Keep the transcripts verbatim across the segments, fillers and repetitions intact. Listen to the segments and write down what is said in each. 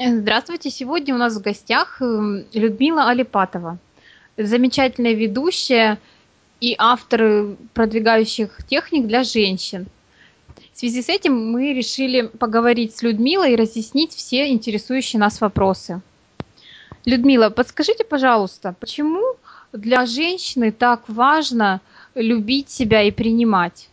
Здравствуйте! Сегодня у нас в гостях, м, Людмила Алипатова, замечательная ведущая и автор, э, продвигающих техник для женщин. В связи с этим мы решили поговорить с Людмилой и разъяснить все интересующие нас вопросы. Людмила, подскажите, пожалуйста, почему для женщины так важно любить себя и принимать?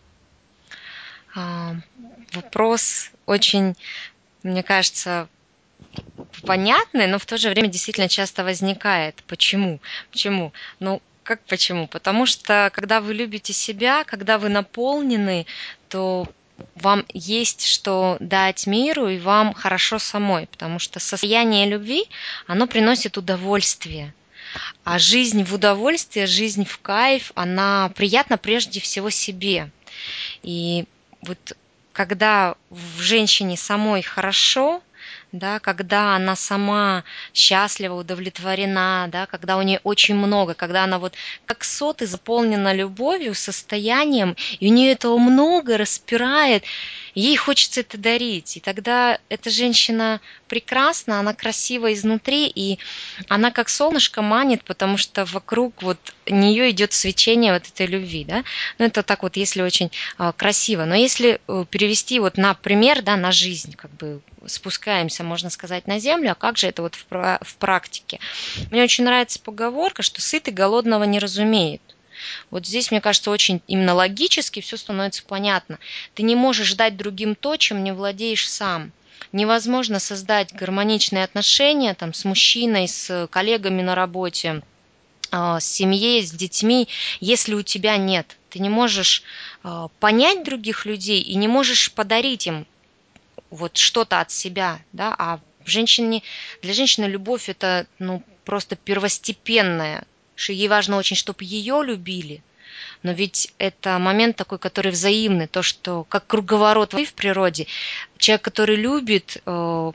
А, вопрос очень, мне кажется, понятный, но в то же время действительно часто возникает. Почему? Почему? Ну, как почему? Потому что, когда вы любите себя, когда вы наполнены, то вам есть что дать миру, и вам хорошо самой, потому что состояние любви, оно приносит удовольствие. А жизнь в удовольствие, жизнь в кайф, она приятна прежде всего себе. И вот когда в женщине самой хорошо, да, когда она сама счастлива, удовлетворена, да, когда у нее очень много, когда она вот как сот и заполнена любовью, состоянием, и у нее этого много, распирает, ей хочется это дарить. И тогда эта женщина прекрасна, она красива изнутри, и она как солнышко манит, потому что вокруг вот нее идет свечение вот этой любви, да. Ну, это так вот, если очень а, красиво. Но если э, перевести вот на пример, да, на жизнь, как бы спускаемся, можно сказать, на землю, а как же это вот в, пра- в практике? Мне очень нравится поговорка, что сытый голодного не разумеет. Вот здесь, мне кажется, очень именно логически все становится понятно. Ты не можешь дать другим то, чем не владеешь сам. Невозможно создать гармоничные отношения там, с мужчиной, с коллегами на работе, а, с семьей, с детьми, если у тебя нет. Ты не можешь а, понять других людей и не можешь подарить им вот что-то от себя, да, а женщине, для женщины любовь это, ну, просто первостепенное, что ей важно очень, чтобы ее любили, но ведь это момент такой, который взаимный, то, что как круговорот воды в природе, человек, который любит э,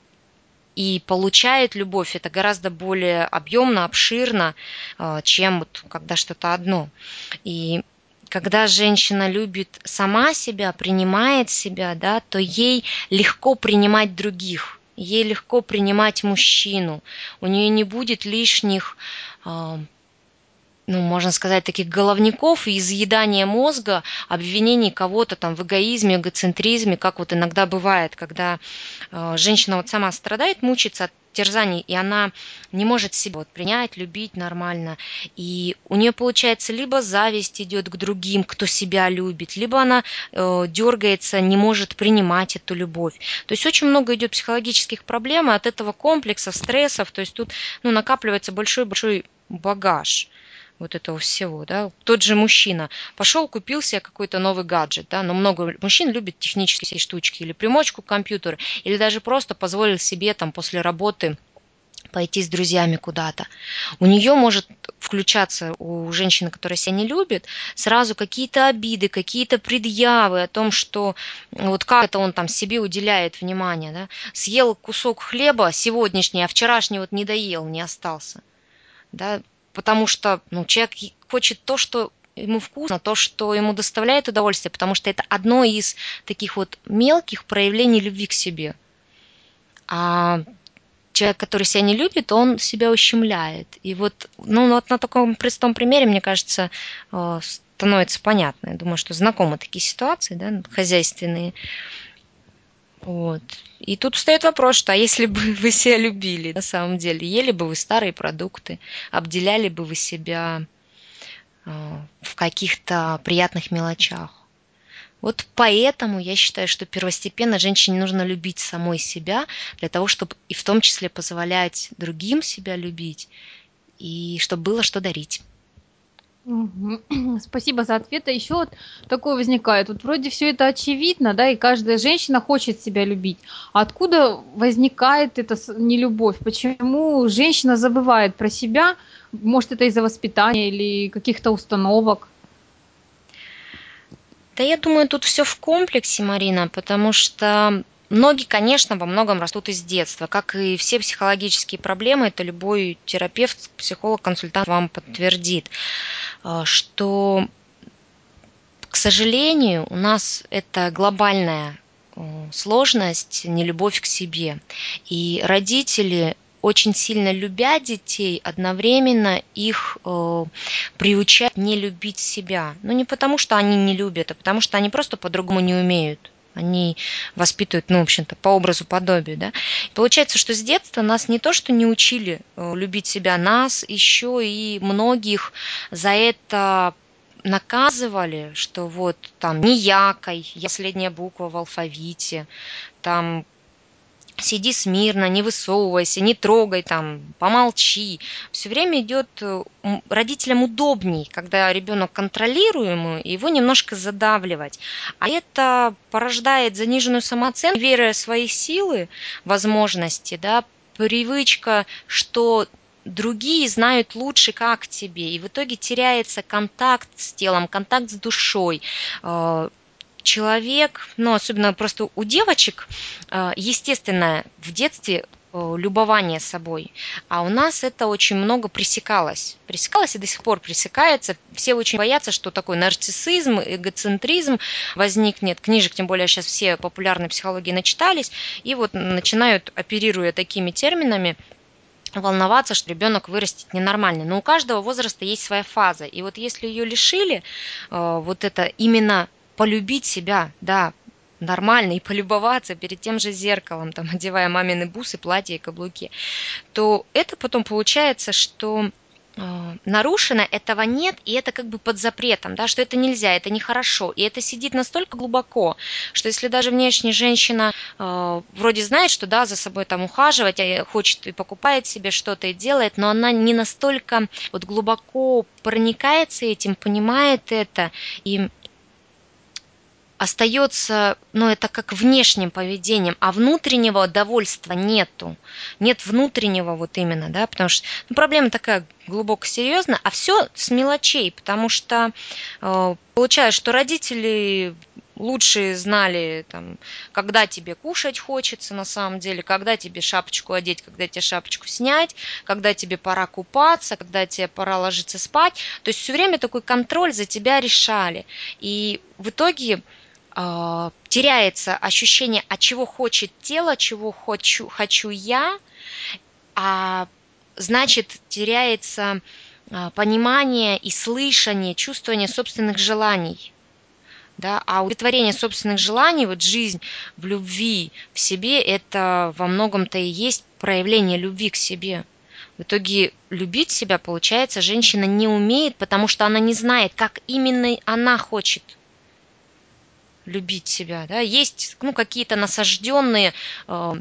и получает любовь, это гораздо более объемно, обширно, э, чем вот когда что-то одно. И когда женщина любит сама себя, принимает себя, да, то ей легко принимать других, ей легко принимать мужчину. У нее не будет лишних, а, ну, можно сказать, таких головников и изъедания мозга, обвинений кого-то там в эгоизме, эгоцентризме, как вот иногда бывает, когда э, женщина вот сама страдает, мучается от терзаний, и она не может себя вот принять, любить нормально. И у нее получается либо зависть идет к другим, кто себя любит, либо она э, дергается, не может принимать эту любовь. То есть очень много идет психологических проблем, и от этого комплексов, стрессов, то есть тут ну, накапливается большой-большой багаж вот этого всего, да. Тот же мужчина пошел, купил себе какой-то новый гаджет, да, но много мужчин любят технические штучки, или примочку к компьютеру, или даже просто позволил себе там после работы пойти с друзьями куда-то. У нее может включаться, у женщины, которая себя не любит, сразу какие-то обиды, какие-то предъявы о том, что вот как это он там себе уделяет внимание, да. Съел кусок хлеба сегодняшний, а вчерашний вот не доел, не остался, да, потому что, ну, человек хочет то, что ему вкусно, то, что ему доставляет удовольствие, потому что это одно из таких вот мелких проявлений любви к себе. А человек, который себя не любит, он себя ущемляет. И вот, ну, вот на таком простом примере, мне кажется, э, становится понятно. Я думаю, что знакомы такие ситуации, да, хозяйственные. Вот. И тут встает вопрос, что а если бы вы себя любили, на самом деле, ели бы вы старые продукты, обделяли бы вы себя а, в каких-то приятных мелочах. Вот поэтому я считаю, что первостепенно женщине нужно любить самой себя, для того, чтобы и в том числе позволять другим себя любить, и чтобы было что дарить. Мгм. Спасибо за ответ. А еще вот такое возникает. Вот вроде все это очевидно, да, и каждая женщина хочет себя любить. А откуда возникает эта с- нелюбовь? Почему женщина забывает про себя? Может, это из-за воспитания или каких-то установок? Да я думаю, тут все в комплексе, Марина, потому что многие, конечно, во многом растут из детства. Как и все психологические проблемы, это любой терапевт, психолог, консультант вам подтвердит, а, что, к сожалению, у нас это глобальная, сложность, нелюбовь к себе. И родители, очень сильно любя детей, одновременно их э, приучают не любить себя. Ну, не потому, что они не любят, а потому, что они просто по-другому не умеют. Они воспитывают, ну, в общем-то, по образу, подобию, да. Получается, что с детства нас не то, что не учили любить себя, нас еще и многих за это наказывали, что вот там не якай, я последняя буква в алфавите, там сиди смирно, не высовывайся, не трогай, там, помолчи. Все время идет родителям удобней, когда ребенок контролируемый, его немножко задавливать. А это порождает заниженную самооценку, веря в свои силы, возможности, да, привычка, что другие знают лучше, как тебе, и в итоге теряется контакт с телом, контакт с душой. Человек, ну, особенно просто у девочек, естественно, в детстве любование собой, а у нас это очень много пресекалось. Пресекалось и до сих пор пресекается. Все очень боятся, что такой нарциссизм, эгоцентризм возникнет. Книжек, тем более, сейчас все популярные психологии начитались, и вот начинают, оперируя такими терминами, волноваться, что ребенок вырастет ненормальный. Но у каждого возраста есть своя фаза. И вот если ее лишили, вот это именно полюбить себя, да, нормально, и полюбоваться перед тем же зеркалом, там, одевая мамины бусы, платья и каблуки, то это потом получается, что э, нарушено, этого нет, и это как бы под запретом, да, что это нельзя, это нехорошо. И это сидит настолько глубоко, что если даже внешне женщина э, вроде знает, что да, за собой там ухаживать, а хочет и покупает себе что-то и делает, но она не настолько вот глубоко проникается этим, понимает это, и остается, ну, это как внешним поведением, а внутреннего довольства нету. Нет внутреннего вот именно, да, потому что ну, проблема такая глубоко серьезная, а все с мелочей, потому что э, получается, что родители лучше знали, там, когда тебе кушать хочется на самом деле, когда тебе шапочку одеть, когда тебе шапочку снять, когда тебе пора купаться, когда тебе пора ложиться спать. То есть все время такой контроль за тебя решали. И в итоге теряется ощущение, а чего хочет тело, чего хочу, хочу я, а значит теряется понимание и слышание, чувствование собственных желаний. Да? А удовлетворение собственных желаний, вот жизнь в любви в себе, это во многом-то и есть проявление любви к себе. В итоге любить себя, получается, женщина не умеет, потому что она не знает, как именно она хочет любить себя, да, есть, ну, какие-то насажденные э,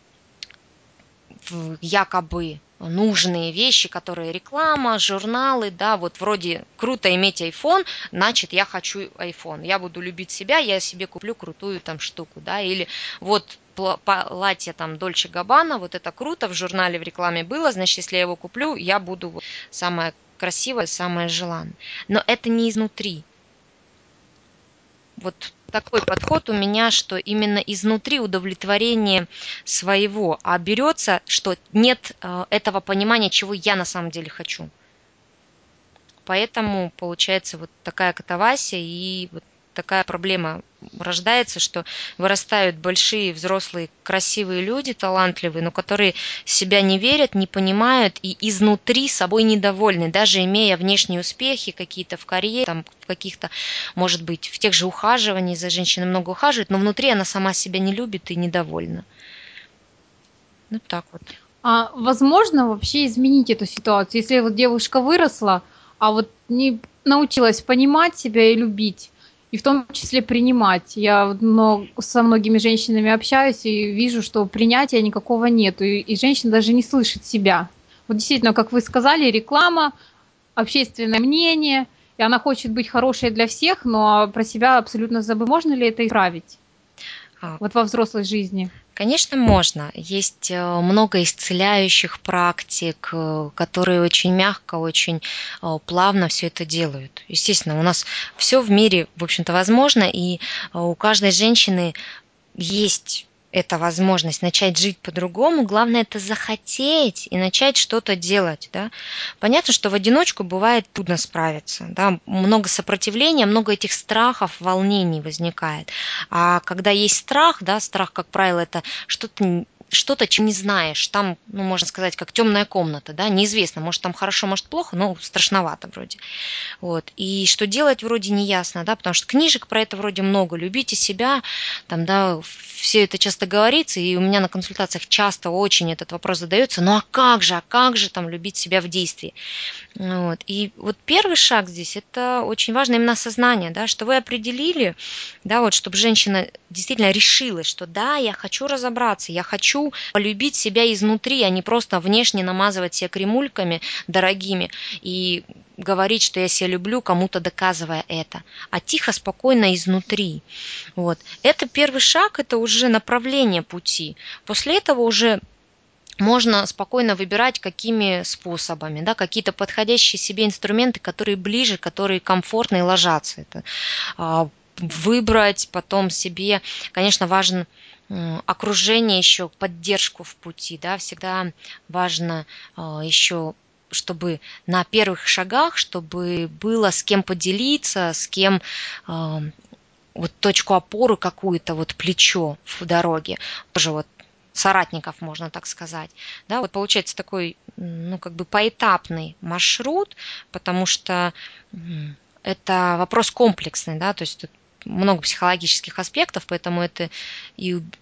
якобы нужные вещи, которые реклама, журналы, да, вот вроде круто иметь iPhone, значит, я хочу iPhone, я буду любить себя, я себе куплю крутую там штуку, да, или вот платье там Дольче Габбана, вот это круто, в журнале, в рекламе было, значит, если я его куплю, я буду вот самая красивая, самая желанная. Но это не изнутри. Вот такой подход у меня, что именно изнутри удовлетворение своего, а берется, что нет этого понимания, чего я на самом деле хочу. Поэтому получается вот такая катавасия и вот такая проблема рождается, что вырастают большие, взрослые, красивые люди, талантливые, но которые себя не верят, не понимают и изнутри собой недовольны, даже имея внешние успехи какие-то в карьере, там, в каких-то, может быть, в тех же ухаживаниях, за женщиной много ухаживает, но внутри она сама себя не любит и недовольна. Ну, так вот. А возможно вообще изменить эту ситуацию, если вот девушка выросла, а вот не научилась понимать себя и любить, и в том числе принимать. Я много, со многими женщинами общаюсь и вижу, что принятия никакого нету, и, и женщина даже не слышит себя. Вот действительно, как вы сказали, реклама, общественное мнение, и она хочет быть хорошей для всех, но про себя абсолютно забыла. Можно ли это исправить вот во взрослой жизни? Конечно, можно. Есть много исцеляющих практик, которые очень мягко, очень плавно все это делают. Естественно, у нас все в мире, в общем-то, возможно, и у каждой женщины есть эта возможность начать жить по-другому, главное это захотеть и начать что-то делать, да. Понятно, что в одиночку бывает трудно справиться, да, много сопротивления, много этих страхов, волнений возникает. А когда есть страх, да, страх, как правило, это что-то что-то, чем не знаешь, там, ну, можно сказать, как темная комната, да, неизвестно, может, там хорошо, может, плохо, но страшновато вроде. Вот. И что делать вроде не ясно, да, потому что книжек про это вроде много. Любите себя, там, да, все это часто говорится, и у меня на консультациях часто очень этот вопрос задается, ну а как же, а как же там любить себя в действии? Вот. И вот первый шаг здесь, это очень важно именно осознание, да, что вы определили, да, вот, чтобы женщина действительно решилась, что да, я хочу разобраться, я хочу полюбить себя изнутри, а не просто внешне намазывать себя кремульками дорогими и говорить, что я себя люблю, кому-то доказывая это, а тихо, спокойно изнутри. Вот. Это первый шаг, это уже направление пути. После этого уже можно спокойно выбирать, какими способами, да, какие-то подходящие себе инструменты, которые ближе, которые комфортно и ложатся. Это а, выбрать потом себе, конечно, важно м, окружение еще, поддержку в пути, да, всегда важно а, еще чтобы на первых шагах, чтобы было с кем поделиться, с кем а, вот точку опоры какую-то, вот плечо в дороге, тоже вот соратников, можно так сказать. Да, вот получается такой, ну, как бы поэтапный маршрут, потому что м, это вопрос комплексный, да, то есть тут много психологических аспектов, поэтому это и уб-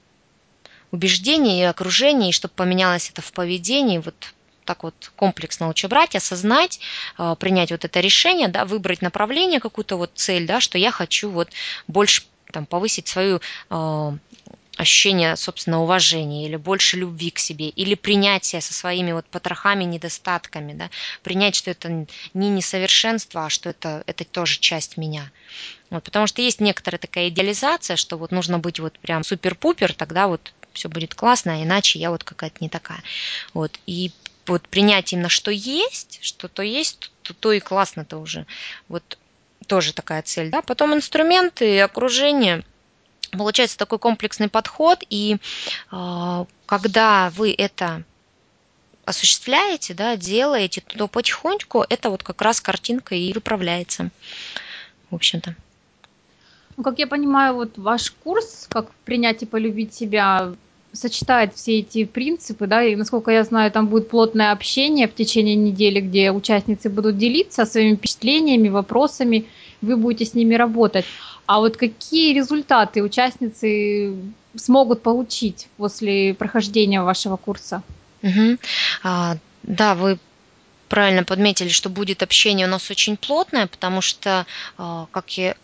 убеждение, и окружение, и чтобы поменялось это в поведении, вот так вот комплексно лучше брать, осознать, э, принять вот это решение, да, выбрать направление, какую-то вот цель, да, что я хочу вот больше там, повысить свою э, ощущение собственного уважения или больше любви к себе, или принятие со своими вот потрохами, недостатками, да, принять, что это не несовершенство, а что это, это тоже часть меня. Вот, потому что есть некоторая такая идеализация, что вот нужно быть вот прям супер-пупер, тогда вот все будет классно, а иначе я вот какая-то не такая. Вот, и вот принять именно, что есть, что то есть, то, то и классно-то уже. Вот тоже такая цель, да. Потом инструменты, окружение. Получается такой комплексный подход, и э, когда вы это осуществляете, да, делаете, то потихоньку это вот как раз картинка и выправляется, в общем-то. Ну, как я понимаю, вот ваш курс, как принять и полюбить себя, сочетает все эти принципы, да, и насколько я знаю, там будет плотное общение в течение недели, где участницы будут делиться своими впечатлениями, вопросами, вы будете с ними работать. А вот какие результаты участницы смогут получить после прохождения вашего курса? Мгм. А, да, вы правильно подметили, что будет общение у нас очень плотное, потому что, а, как я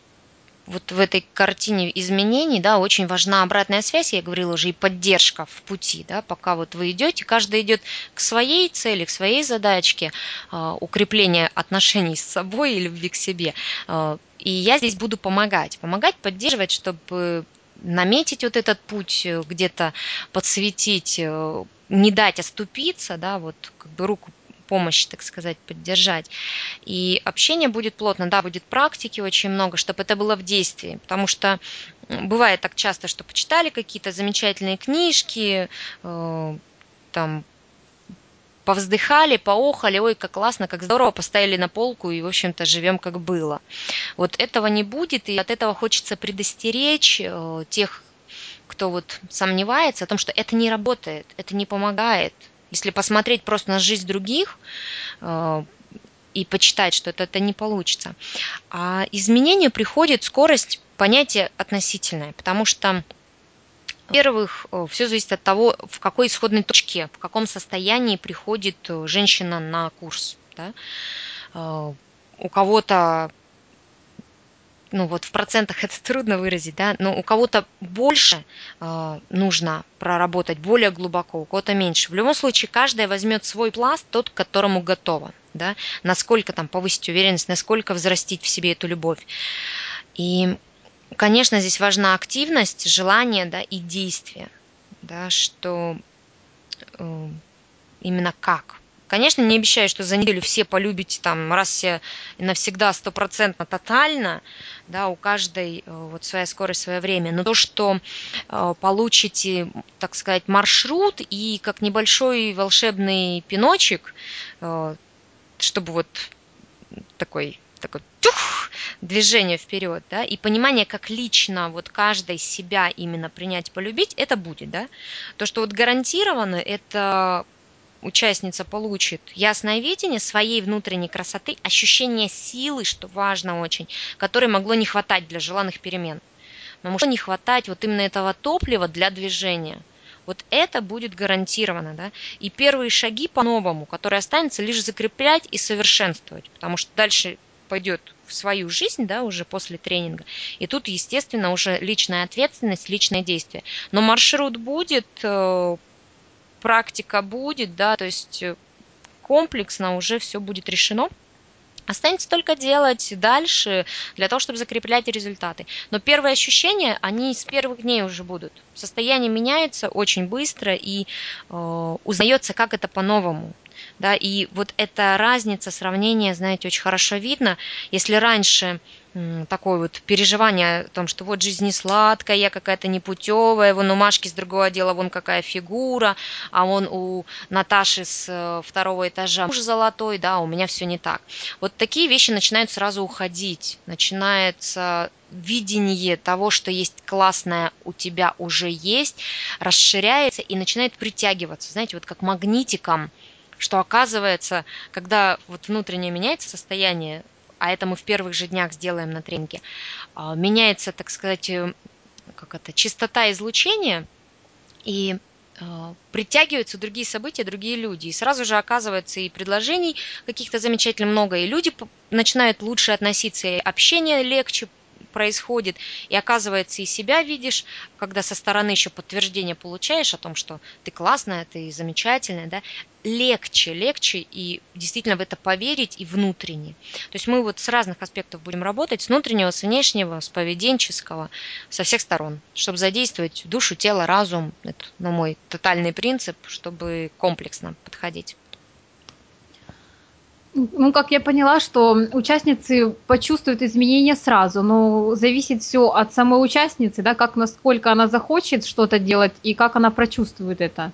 вот в этой картине изменений, да, очень важна обратная связь, я говорила уже, и поддержка в пути, да, пока вот вы идете, каждый идет к своей цели, к своей задачке, а, укрепления отношений с собой и любви к себе. А, И я здесь буду помогать, помогать, поддерживать, чтобы наметить вот этот путь, э, где-то подсветить, э, не дать оступиться, да, вот как бы руку помощи, так сказать, поддержать. И общение будет плотно, да, будет практики очень много, чтобы это было в действии. Потому что бывает так часто, что почитали какие-то замечательные книжки, э, там повздыхали, поохали, ой, как классно, как здорово, поставили на полку и, в общем-то, живем как было. Вот этого не будет, и от этого хочется предостеречь э, тех, кто вот сомневается о том, что это не работает, это не помогает. Если посмотреть просто на жизнь других, э, и почитать, что это, это не получится. А изменению приходит скорость понятие относительное, потому что, во-первых, все зависит от того, в какой исходной точке, в каком состоянии приходит э, женщина на курс. Да? Э, У кого-то, ну вот в процентах это трудно выразить, да, но у кого-то больше э, нужно проработать более глубоко, у кого-то меньше. В любом случае, каждая возьмет свой пласт, тот, к которому готова, да, насколько там повысить уверенность, насколько взрастить в себе эту любовь. И, конечно, здесь важна активность, желание, да, и действие, да, что э, именно как, Конечно, не обещаю, что за неделю все полюбите там раз все и навсегда, стопроцентно, тотально, да, у каждой вот своя скорость, свое время. Но то, что э, получите, так сказать, маршрут и как небольшой волшебный пиночек, э, чтобы вот такой, такой тюх, движение вперед, да, и понимание, как лично вот каждой себя именно принять, полюбить, это будет, да. То, что вот гарантированно, это участница получит ясное видение своей внутренней красоты, ощущение силы, что важно очень, которой могло не хватать для желанных перемен. Но могло не хватать вот именно этого топлива для движения. Вот это будет гарантировано, да. И первые шаги по-новому, которые останется лишь закреплять и совершенствовать, потому что дальше пойдет в свою жизнь, да, уже после тренинга. И тут, естественно, уже личная ответственность, личное действие. Но маршрут будет, практика будет, да, то есть комплексно уже все будет решено. Останется только делать дальше для того, чтобы закреплять результаты. Но первые ощущения, они с первых дней уже будут. Состояние меняется очень быстро и э, узнается, как это по-новому. Да, и вот эта разница, сравнение, знаете, очень хорошо видно. Если раньше м, такое вот переживание о том, что вот жизнь не сладкая, я какая-то непутевая, вон у Машки с другого отдела вон какая фигура, а вон у Наташи с э, второго этажа муж золотой, да, у меня все не так. Вот такие вещи начинают сразу уходить. Начинается видение того, что есть классное у тебя уже есть, расширяется и начинает притягиваться. Знаете, вот как магнитиком, что оказывается, когда вот внутреннее меняется состояние, а это мы в первых же днях сделаем на тренинге, меняется, так сказать, как это, частота излучения, и притягиваются другие события, другие люди. И сразу же оказывается и предложений каких-то замечательно много, и люди начинают лучше относиться, и общение легче происходит, и оказывается, и себя видишь, когда со стороны еще подтверждение получаешь о том, что ты классная, ты замечательная, да, легче, легче, и действительно в это поверить и внутренне. То есть мы вот с разных аспектов будем работать, с внутреннего, с внешнего, с поведенческого, со всех сторон, чтобы задействовать душу, тело, разум. Это, ну, мой тотальный принцип, чтобы комплексно подходить. Ну, как я поняла, что участницы почувствуют изменения сразу, но зависит все от самой участницы, да, как насколько она захочет что-то делать и как она прочувствует это.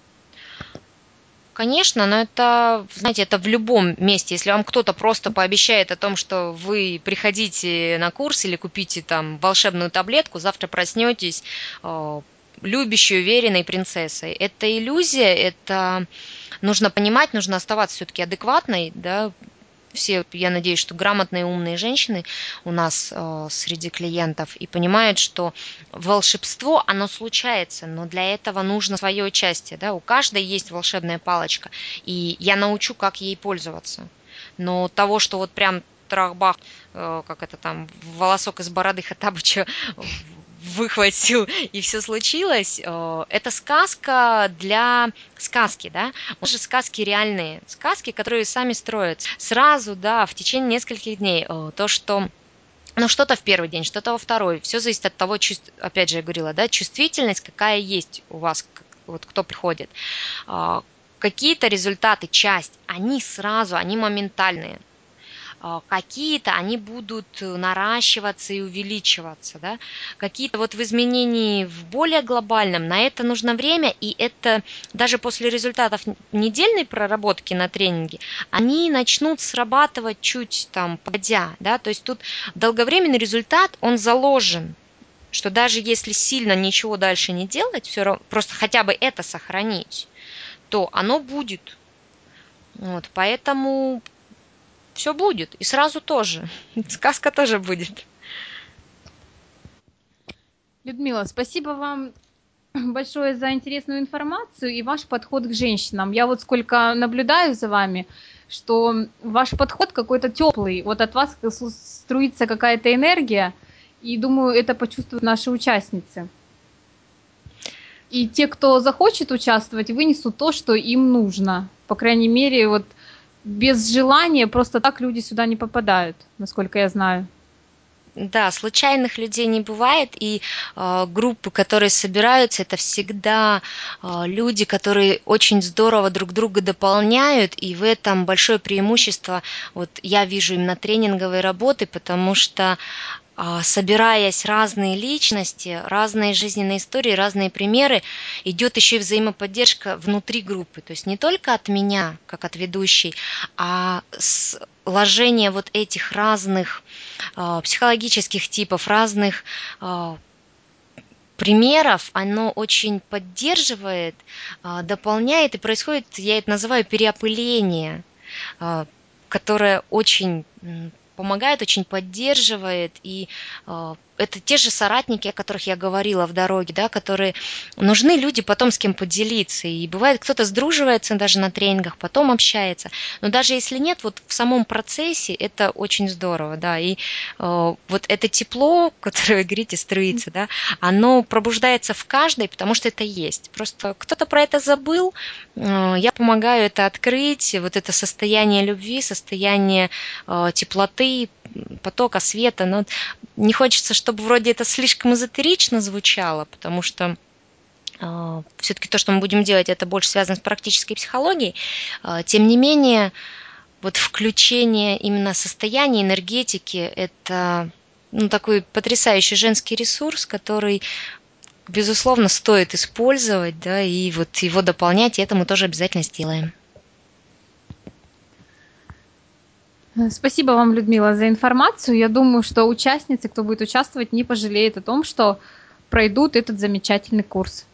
Конечно, но это, знаете, это в любом месте. Если вам кто-то просто пообещает о том, что вы приходите на курс или купите там волшебную таблетку, завтра проснетесь э, любящей, уверенной принцессой. Это иллюзия, это нужно понимать, нужно оставаться все-таки адекватной, да. Все, я надеюсь, что грамотные, умные женщины у нас э, среди клиентов и понимают, что волшебство, оно случается, но для этого нужно свое участие. Да? У каждой есть волшебная палочка, и я научу, как ей пользоваться. Но того, что вот прям трах-бах, э, как это там, волосок из бороды Хоттабыча выхватил, и все случилось, это сказка для сказки, да, у нас же сказки реальные, сказки, которые сами строятся. Сразу, да, в течение нескольких дней, то, что ну, что-то в первый день, что-то во второй. Все зависит от того, опять же, я говорила, да, чувствительность, какая есть у вас, вот кто приходит. Какие-то результаты, часть, они сразу, они моментальные. Какие-то они будут наращиваться и увеличиваться, да? Какие-то вот в изменении в более глобальном, на это нужно время, и это даже после результатов недельной проработки на тренинге, они начнут срабатывать чуть там погодя, да, то есть тут долговременный результат, он заложен, что даже если сильно ничего дальше не делать, все равно, просто хотя бы это сохранить, то оно будет. Вот, поэтому все будет. И сразу тоже. Сказка тоже будет. Людмила, спасибо вам большое за интересную информацию и ваш подход к женщинам. Я вот сколько наблюдаю за вами, что ваш подход какой-то теплый. Вот от вас струится какая-то энергия, и думаю, это почувствуют наши участницы. И те, кто захочет участвовать, вынесут то, что им нужно. По крайней мере, вот без желания просто так люди сюда не попадают, насколько я знаю. Да, случайных людей не бывает, и э, группы, которые собираются, это всегда э, люди, которые очень здорово друг друга дополняют, и в этом большое преимущество, вот я вижу именно тренинговой работы, потому что а, собираясь разные личности, разные жизненные истории, разные примеры, идет еще и взаимоподдержка внутри группы. То есть не только от меня, как от ведущей, а сложение вот этих разных а, психологических типов, разных а, примеров, оно очень поддерживает, а, дополняет, и происходит, я это называю, переопыление, а, которое очень м, помогает, очень поддерживает. И а, это те же соратники, о которых я говорила в дороге, да, которые нужны люди потом с кем поделиться. И бывает, кто-то сдруживается даже на тренингах, потом общается. Но даже если нет, вот в самом процессе это очень здорово, да. И э, вот это тепло, которое вы говорите, струится, да, оно пробуждается в каждой, потому что это есть. Просто кто-то про это забыл, э, я помогаю это открыть, вот это состояние любви, состояние э, теплоты, потока света. Но не хочется, чтобы вроде это слишком эзотерично звучало, потому что э, все-таки то, что мы будем делать, это больше связано с практической психологией. Э, тем не менее, вот включение именно состояния энергетики – это ну, такой потрясающий женский ресурс, который, безусловно, стоит использовать, да, и вот его дополнять, и это мы тоже обязательно сделаем. Спасибо вам, Людмила, за информацию. Я думаю, что участницы, кто будет участвовать, не пожалеют о том, что пройдут этот замечательный курс.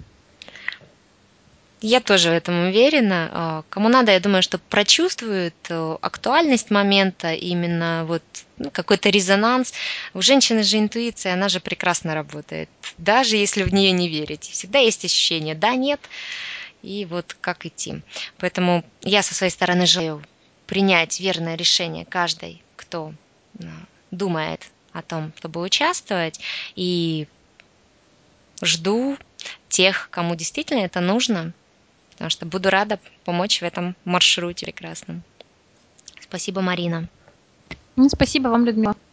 Я тоже в этом уверена. Кому надо, я думаю, что прочувствуют актуальность момента, именно вот ну, какой-то резонанс. У женщины же интуиция, она же прекрасно работает, даже если в нее не верить. Всегда есть ощущение «да», «нет», и вот как идти. Поэтому я со своей стороны желаю принять верное решение каждой, кто думает о том, чтобы участвовать, и жду тех, кому действительно это нужно, потому что буду рада помочь в этом маршруте прекрасном. Спасибо, Марина. Спасибо вам, Людмила.